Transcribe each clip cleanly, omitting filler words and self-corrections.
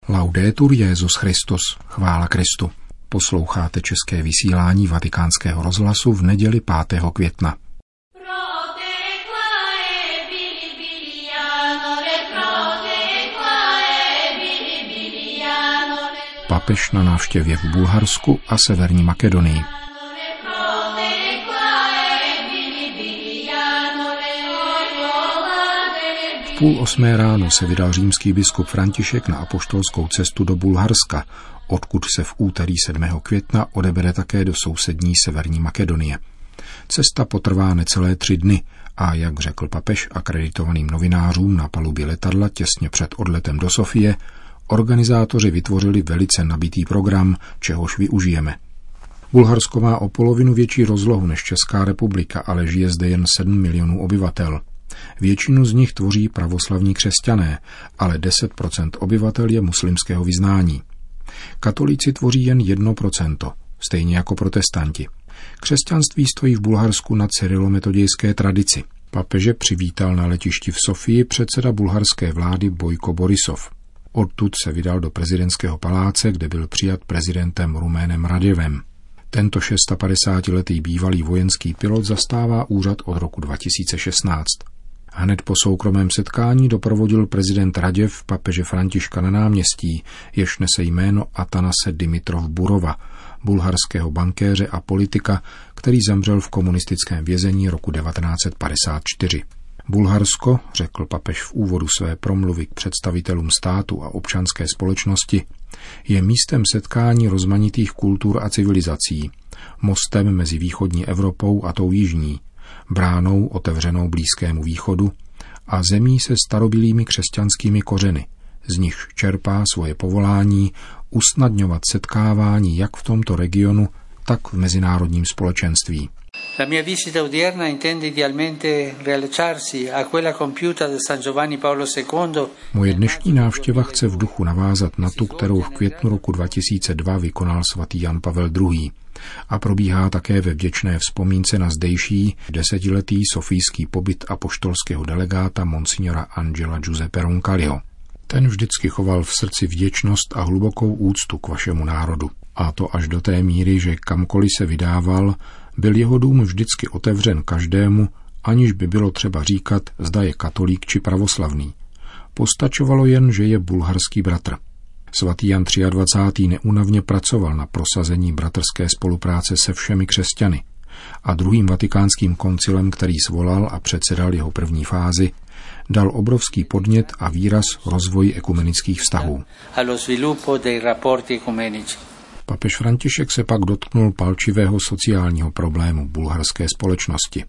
Laudetur Jesus Christus, chvála Kristu. Posloucháte české vysílání Vatikánského rozhlasu v neděli 5. května. Papež na návštěvě v Bulharsku a Severní Makedonii. V 7:30 ráno se vydal římský biskup František na apoštolskou cestu do Bulharska, odkud se v úterý 7. května odebere také do sousední Severní Makedonie. Cesta potrvá necelé 3 dny a, jak řekl papež akreditovaným novinářům na palubě letadla těsně před odletem do Sofie, organizátoři vytvořili velice nabitý program, čehož využijeme. Bulharsko má o polovinu větší rozlohu než Česká republika, ale žije zde jen 7 milionů obyvatel. Většinu z nich tvoří pravoslavní křesťané, ale 10% obyvatel je muslimského vyznání. Katolíci tvoří jen 1%, stejně jako protestanti. Křesťanství stojí v Bulharsku na cyrilometodějské tradici. Papeže přivítal na letišti v Sofii předseda bulharské vlády Bojko Borisov. Odtud se vydal do prezidentského paláce, kde byl přijat prezidentem Ruménem Radevem. Tento 56letý bývalý vojenský pilot zastává úřad od roku 2016. Hned po soukromém setkání doprovodil prezident Radev papeže Františka na náměstí, jež nese jméno Atanase Dimitrov Burova, bulharského bankéře a politika, který zemřel v komunistickém vězení roku 1954. Bulharsko, řekl papež v úvodu své promluvy k představitelům státu a občanské společnosti, je místem setkání rozmanitých kultur a civilizací, mostem mezi východní Evropou a tou jižní, bránou otevřenou Blízkému východu a zemí se starobylými křesťanskými kořeny, z nichž čerpá svoje povolání usnadňovat setkávání jak v tomto regionu, tak v mezinárodním společenství. La mia visita odierna intende idealmente riallacciarsi a quella compiuta da San Giovanni Paolo II. Moje dnešní návštěva chce v duchu navázat na tu, kterou v květnu roku 2002 vykonal svatý Jan Pavel II. A probíhá také ve vděčné vzpomínce na zdejší 10letý sofijský pobyt apoštolského delegáta monsignora Angela Giuseppe Roncalliho. Ten vždycky choval v srdci vděčnost a hlubokou úctu k vašemu národu. A to až do té míry, že kamkoliv se vydával, byl jeho dům vždycky otevřen každému, aniž by bylo třeba říkat, zda je katolík či pravoslavný. Postačovalo jen, že je bulharský bratr. Svatý Jan 23. neúnavně pracoval na prosazení bratrské spolupráce se všemi křesťany a druhým vatikánským koncilem, který svolal a předsedal jeho první fázi, dal obrovský podnět a výraz rozvoji ekumenických vztahů. Papež František se pak dotknul palčivého sociálního problému bulharské společnosti.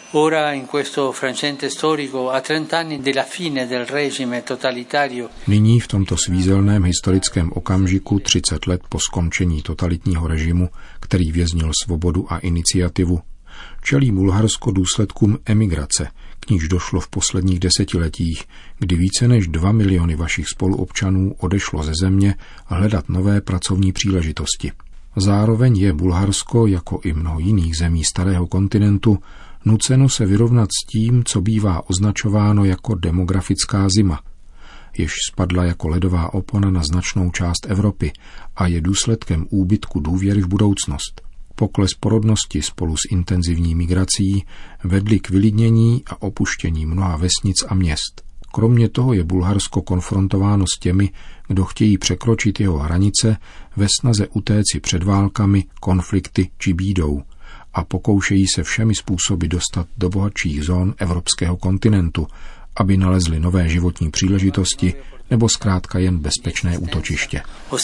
Nyní v tomto svízelném historickém okamžiku 30 let po skončení totalitního režimu, který věznil svobodu a iniciativu, čelí Bulharsko důsledkům emigrace, k níž došlo v posledních desetiletích, kdy více než 2 miliony vašich spoluobčanů odešlo ze země hledat nové pracovní příležitosti. Zároveň je Bulharsko, jako i mnoho jiných zemí starého kontinentu, nuceno se vyrovnat s tím, co bývá označováno jako demografická zima, jež spadla jako ledová opona na značnou část Evropy a je důsledkem úbytku důvěry v budoucnost. Pokles porodnosti spolu s intenzivní migrací vedly k vylidnění a opuštění mnoha vesnic a měst. Kromě toho je Bulharsko konfrontováno s těmi, kdo chtějí překročit jeho hranice ve snaze utéci před válkami, konflikty či bídou a pokoušejí se všemi způsoby dostat do bohatších zón evropského kontinentu, aby nalezli nové životní příležitosti nebo zkrátka jen bezpečné útočiště.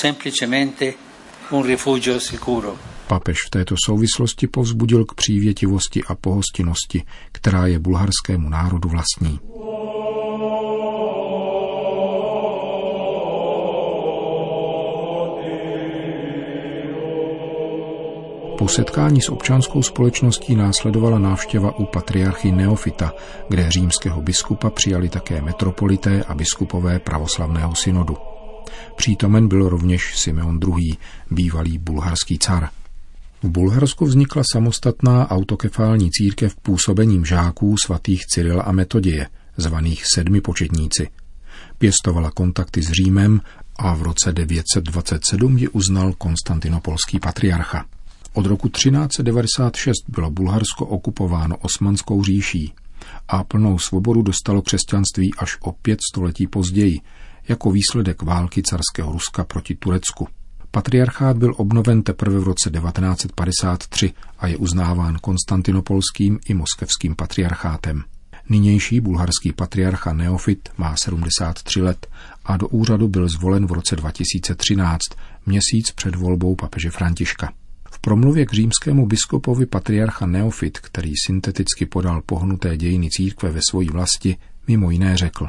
Papež v této souvislosti povzbudil k přívětivosti a pohostinnosti, která je bulharskému národu vlastní. Po setkání s občanskou společností následovala návštěva u patriarchy Neofita, kde římského biskupa přijali také metropolité a biskupové pravoslavného synodu. Přítomen byl rovněž Simeon II., bývalý bulharský car. V Bulharsku vznikla samostatná autokefální církev působením žáků svatých Cyrila a Metoděje, zvaných sedmipočetníci. Pěstovala kontakty s Římem a v roce 927 ji uznal konstantinopolský patriarcha. Od roku 1396 bylo Bulharsko okupováno Osmanskou říší a plnou svobodu dostalo křesťanství až o 5 století později, jako výsledek války carského Ruska proti Turecku. Patriarchát byl obnoven teprve v roce 1953 a je uznáván konstantinopolským i moskevským patriarchátem. Nynější bulharský patriarcha Neofit má 73 let a do úřadu byl zvolen v roce 2013, měsíc před volbou papeže Františka. V promluvě k římskému biskupovi patriarcha Neofit, který synteticky podal pohnuté dějiny církve ve svojí vlasti, mimo jiné řekl: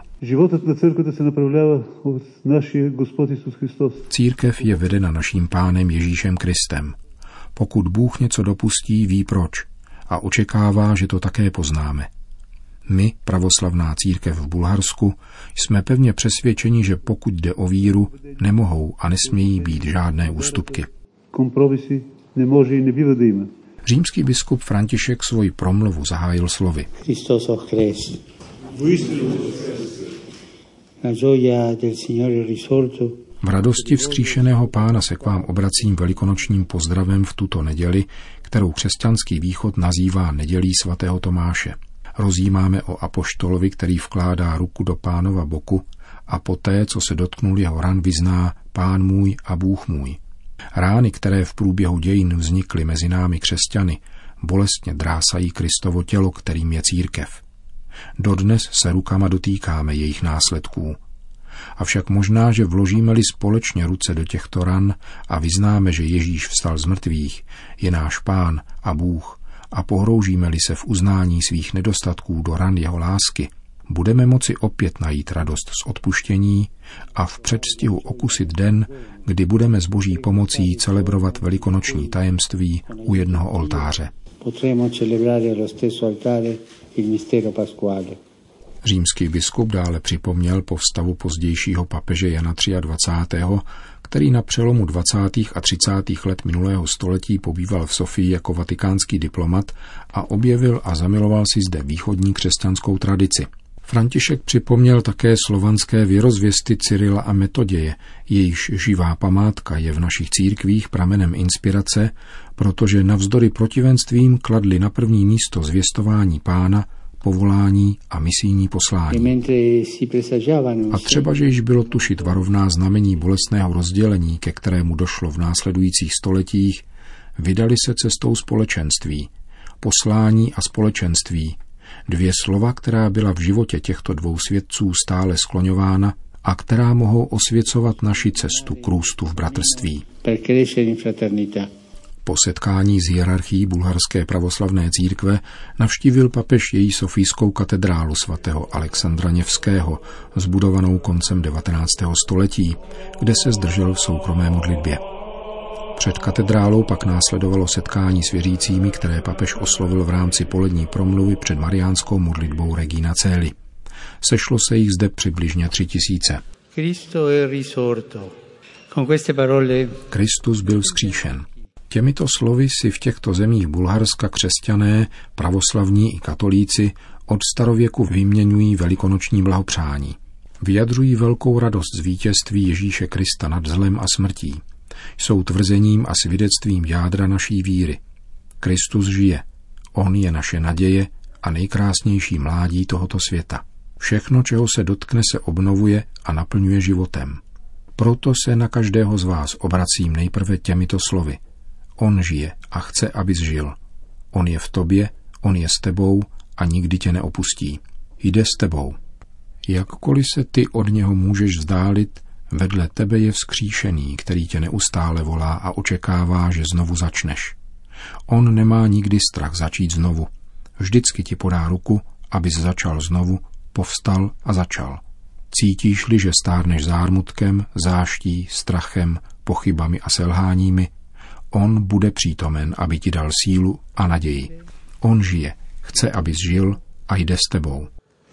Církev je vedena naším Pánem Ježíšem Kristem. Pokud Bůh něco dopustí, ví proč a očekává, že to také poznáme. My, pravoslavná církev v Bulharsku, jsme pevně přesvědčeni, že pokud jde o víru, nemohou a nesmějí být žádné ústupky. Římský biskup František svoji promluvu zahájil slovy: V radosti vzkříšeného Pána se k vám obracím velikonočním pozdravem v tuto neděli, kterou křesťanský východ nazývá nedělí svatého Tomáše. Rozjímáme o apoštolovi, který vkládá ruku do Pánova boku a poté, co se dotknul jeho ran, vyzná: Pán můj a Bůh můj. Rány, které v průběhu dějin vznikly mezi námi křesťany, bolestně drásají Kristovo tělo, kterým je církev. Dodnes se rukama dotýkáme jejich následků. Avšak možná, že vložíme-li společně ruce do těchto ran a vyznáme, že Ježíš vstal z mrtvých, je náš Pán a Bůh, a pohroužíme-li se v uznání svých nedostatků do ran jeho lásky, budeme moci opět najít radost z odpuštění a v předstihu okusit den, kdy budeme s Boží pomocí celebrovat velikonoční tajemství u jednoho oltáře. Římský biskup dále připomněl povstavu pozdějšího papeže Jana 23., který na přelomu 20. a 30. let minulého století pobýval v Sofii jako vatikánský diplomat a objevil a zamiloval si zde východní křesťanskou tradici. František připomněl také slovanské věrozvěsty Cyrila a Metoděje, jejichž živá památka je v našich církvích pramenem inspirace, protože navzdory protivenstvím kladli na první místo zvěstování Pána, povolání a misijní poslání. A třeba, že již bylo tušit varovná znamení bolestného rozdělení, ke kterému došlo v následujících stoletích, vydali se cestou společenství. Poslání a společenství, dvě slova, která byla v životě těchto dvou svědců stále skloňována a která mohou osvěcovat naši cestu k růstu v bratrství. Po setkání s hierarchií bulharské pravoslavné církve navštívil papež její sofijskou katedrálu svatého Alexandra Nevského, zbudovanou koncem 19. století, kde se zdržel v soukromé modlitbě. Před katedrálou pak následovalo setkání s věřícími, které papež oslovil v rámci polední promluvy před mariánskou modlitbou Regina Coeli. Sešlo se jich zde přibližně 3000. Kristus byl vzkříšen. Těmito slovy si v těchto zemích Bulharska křesťané, pravoslavní i katolíci od starověku vyměňují velikonoční blahopřání. Vyjadřují velkou radost z vítězství Ježíše Krista nad zlem a smrtí. Jsou tvrzením a svědectvím jádra naší víry. Kristus žije. On je naše naděje a nejkrásnější mládí tohoto světa. Všechno, čeho se dotkne, se obnovuje a naplňuje životem. Proto se na každého z vás obracím nejprve těmito slovy. On žije a chce, abys žil. On je v tobě, on je s tebou a nikdy tě neopustí. Jde s tebou. Jakkoliv se ty od něho můžeš vzdálit, vedle tebe je vzkříšený, který tě neustále volá a očekává, že znovu začneš. On nemá nikdy strach začít znovu. Vždycky ti podá ruku, abys začal znovu, povstal a začal. Cítíš-li, že stárneš zármutkem, záští, strachem, pochybami a selháními, on bude přítomen, aby ti dal sílu a naději. On žije, chce, abys žil a jde s tebou.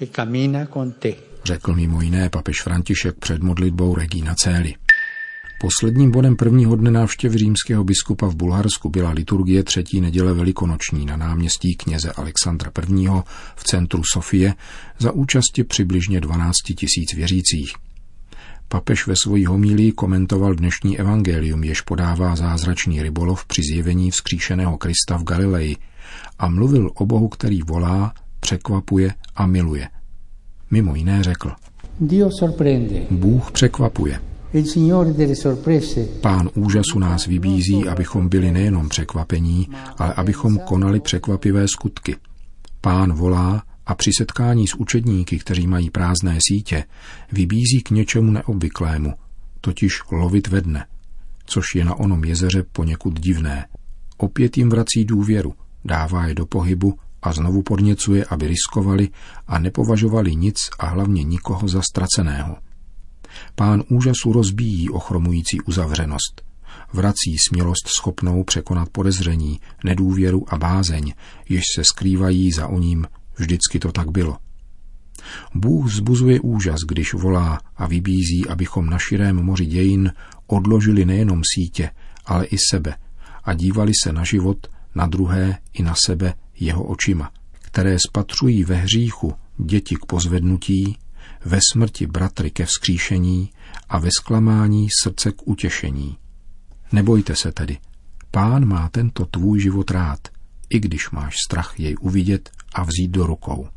Řekl mimo jiné papež František před modlitbou Regina Coeli. Posledním bodem prvního dne návštěvy římského biskupa v Bulharsku byla liturgie třetí neděle velikonoční na náměstí kněze Alexandra I. v centru Sofie za účasti přibližně 12 000 věřících. Papež ve svojí homílii komentoval dnešní evangelium, jež podává zázračný rybolov při zjevení vzkříšeného Krista v Galileji a mluvil o Bohu, který volá, překvapuje a miluje. Mimo jiné řekl: Bůh překvapuje. Pán úžasu nás vybízí, abychom byli nejenom překvapení, ale abychom konali překvapivé skutky. Pán volá a při setkání s učedníky, kteří mají prázdné sítě, vybízí k něčemu neobvyklému, totiž lovit ve dne, což je na onom jezeře poněkud divné. Opět jim vrací důvěru, dává je do pohybu a znovu podněcuje, aby riskovali a nepovažovali nic a hlavně nikoho za ztraceného. Pán úžasu rozbíjí ochromující uzavřenost. Vrací smělost schopnou překonat podezření, nedůvěru a bázeň, jež se skrývají za oním vždycky to tak bylo. Bůh vzbuzuje úžas, když volá a vybízí, abychom na širém moři dějin odložili nejenom sítě, ale i sebe a dívali se na život, na druhé i na sebe jeho očima, které spatřují ve hříchu děti k pozvednutí, ve smrti bratry ke vzkříšení a ve zklamání srdce k utěšení. Nebojte se tedy, Pán má tento tvůj život rád, i když máš strach jej uvidět a vzít do rukou.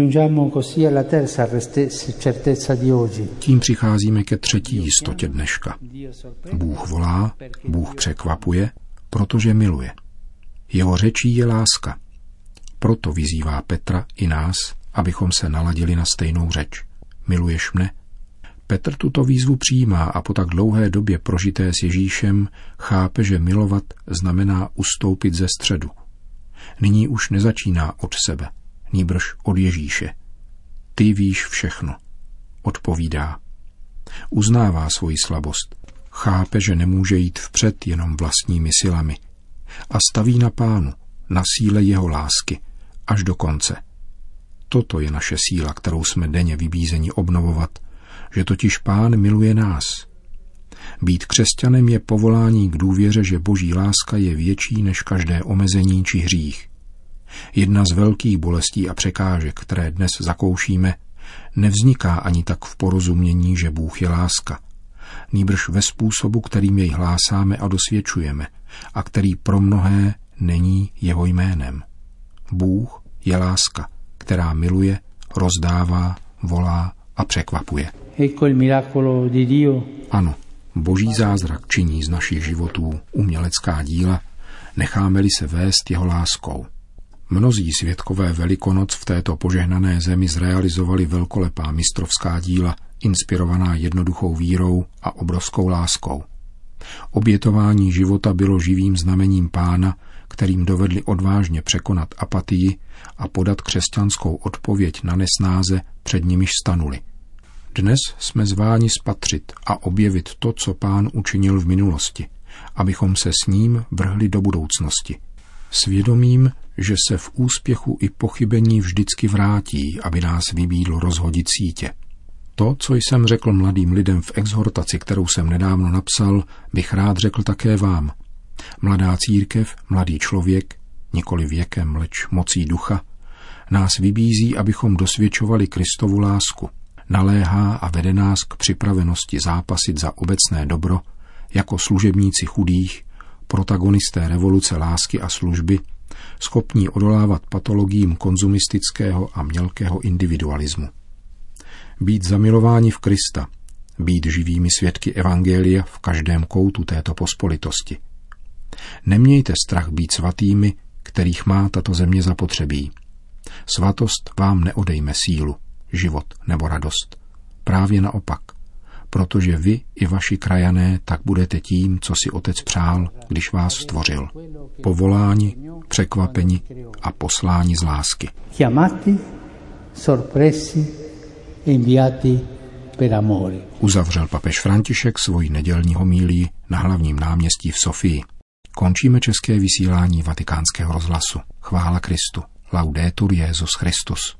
Tím přicházíme ke třetí jistotě dneška. Bůh volá, Bůh překvapuje, protože miluje. Jeho řečí je láska. Proto vyzývá Petra i nás, abychom se naladili na stejnou řeč. Miluješ mne? Petr tuto výzvu přijímá a po tak dlouhé době prožité s Ježíšem chápe, že milovat znamená ustoupit ze středu. Nyní už nezačíná od sebe, nýbrž od Ježíše. Ty víš všechno, odpovídá. Uznává svoji slabost, chápe, že nemůže jít vpřed jenom vlastními silami a staví na Pánu, na síle jeho lásky, až do konce. Toto je naše síla, kterou jsme denně vybízeni obnovovat, že totiž Pán miluje nás. Být křesťanem je povolání k důvěře, že Boží láska je větší než každé omezení či hřích. Jedna z velkých bolestí a překážek, které dnes zakoušíme, nevzniká ani tak v porozumění, že Bůh je láska, nýbrž ve způsobu, kterým jej hlásáme a dosvědčujeme, a který pro mnohé není jeho jménem. Bůh je láska, která miluje, rozdává, volá a překvapuje. Ano, Boží zázrak činí z našich životů umělecká díla, necháme-li se vést jeho láskou. Mnozí svědkové Velikonoc v této požehnané zemi zrealizovali velkolepá mistrovská díla, inspirovaná jednoduchou vírou a obrovskou láskou. Obětování života bylo živým znamením Pána, kterým dovedli odvážně překonat apatii a podat křesťanskou odpověď na nesnáze, před nimiž stanuli. Dnes jsme zváni spatřit a objevit to, co Pán učinil v minulosti, abychom se s ním vrhli do budoucnosti. Svědomím, že se v úspěchu i pochybení vždycky vrátí, aby nás vybídlo rozhodit sítě. To, co jsem řekl mladým lidem v exhortaci, kterou jsem nedávno napsal, bych rád řekl také vám. Mladá církev, mladý člověk, nikoli věkem, leč mocí ducha, nás vybízí, abychom dosvědčovali Kristovu lásku. Naléhá a vede nás k připravenosti zápasit za obecné dobro, jako služebníci chudých, protagonisté revoluce lásky a služby, schopní odolávat patologiím konzumistického a mělkého individualismu. Být zamilováni v Krista, být živými svědky evangelia v každém koutu této pospolitosti. Nemějte strach být svatými, kterých má tato země zapotřebí. Svatost vám neodejme sílu, život nebo radost. Právě naopak, protože vy i vaši krajané tak budete tím, co si Otec přál, když vás stvořil. Povoláni, překvapeni a posláni z lásky. Uzavřel papež František svoji nedělní homílii na hlavním náměstí v Sofii. Končíme české vysílání Vatikánského rozhlasu. Chvála Kristu. Laudetur Jesus Christus.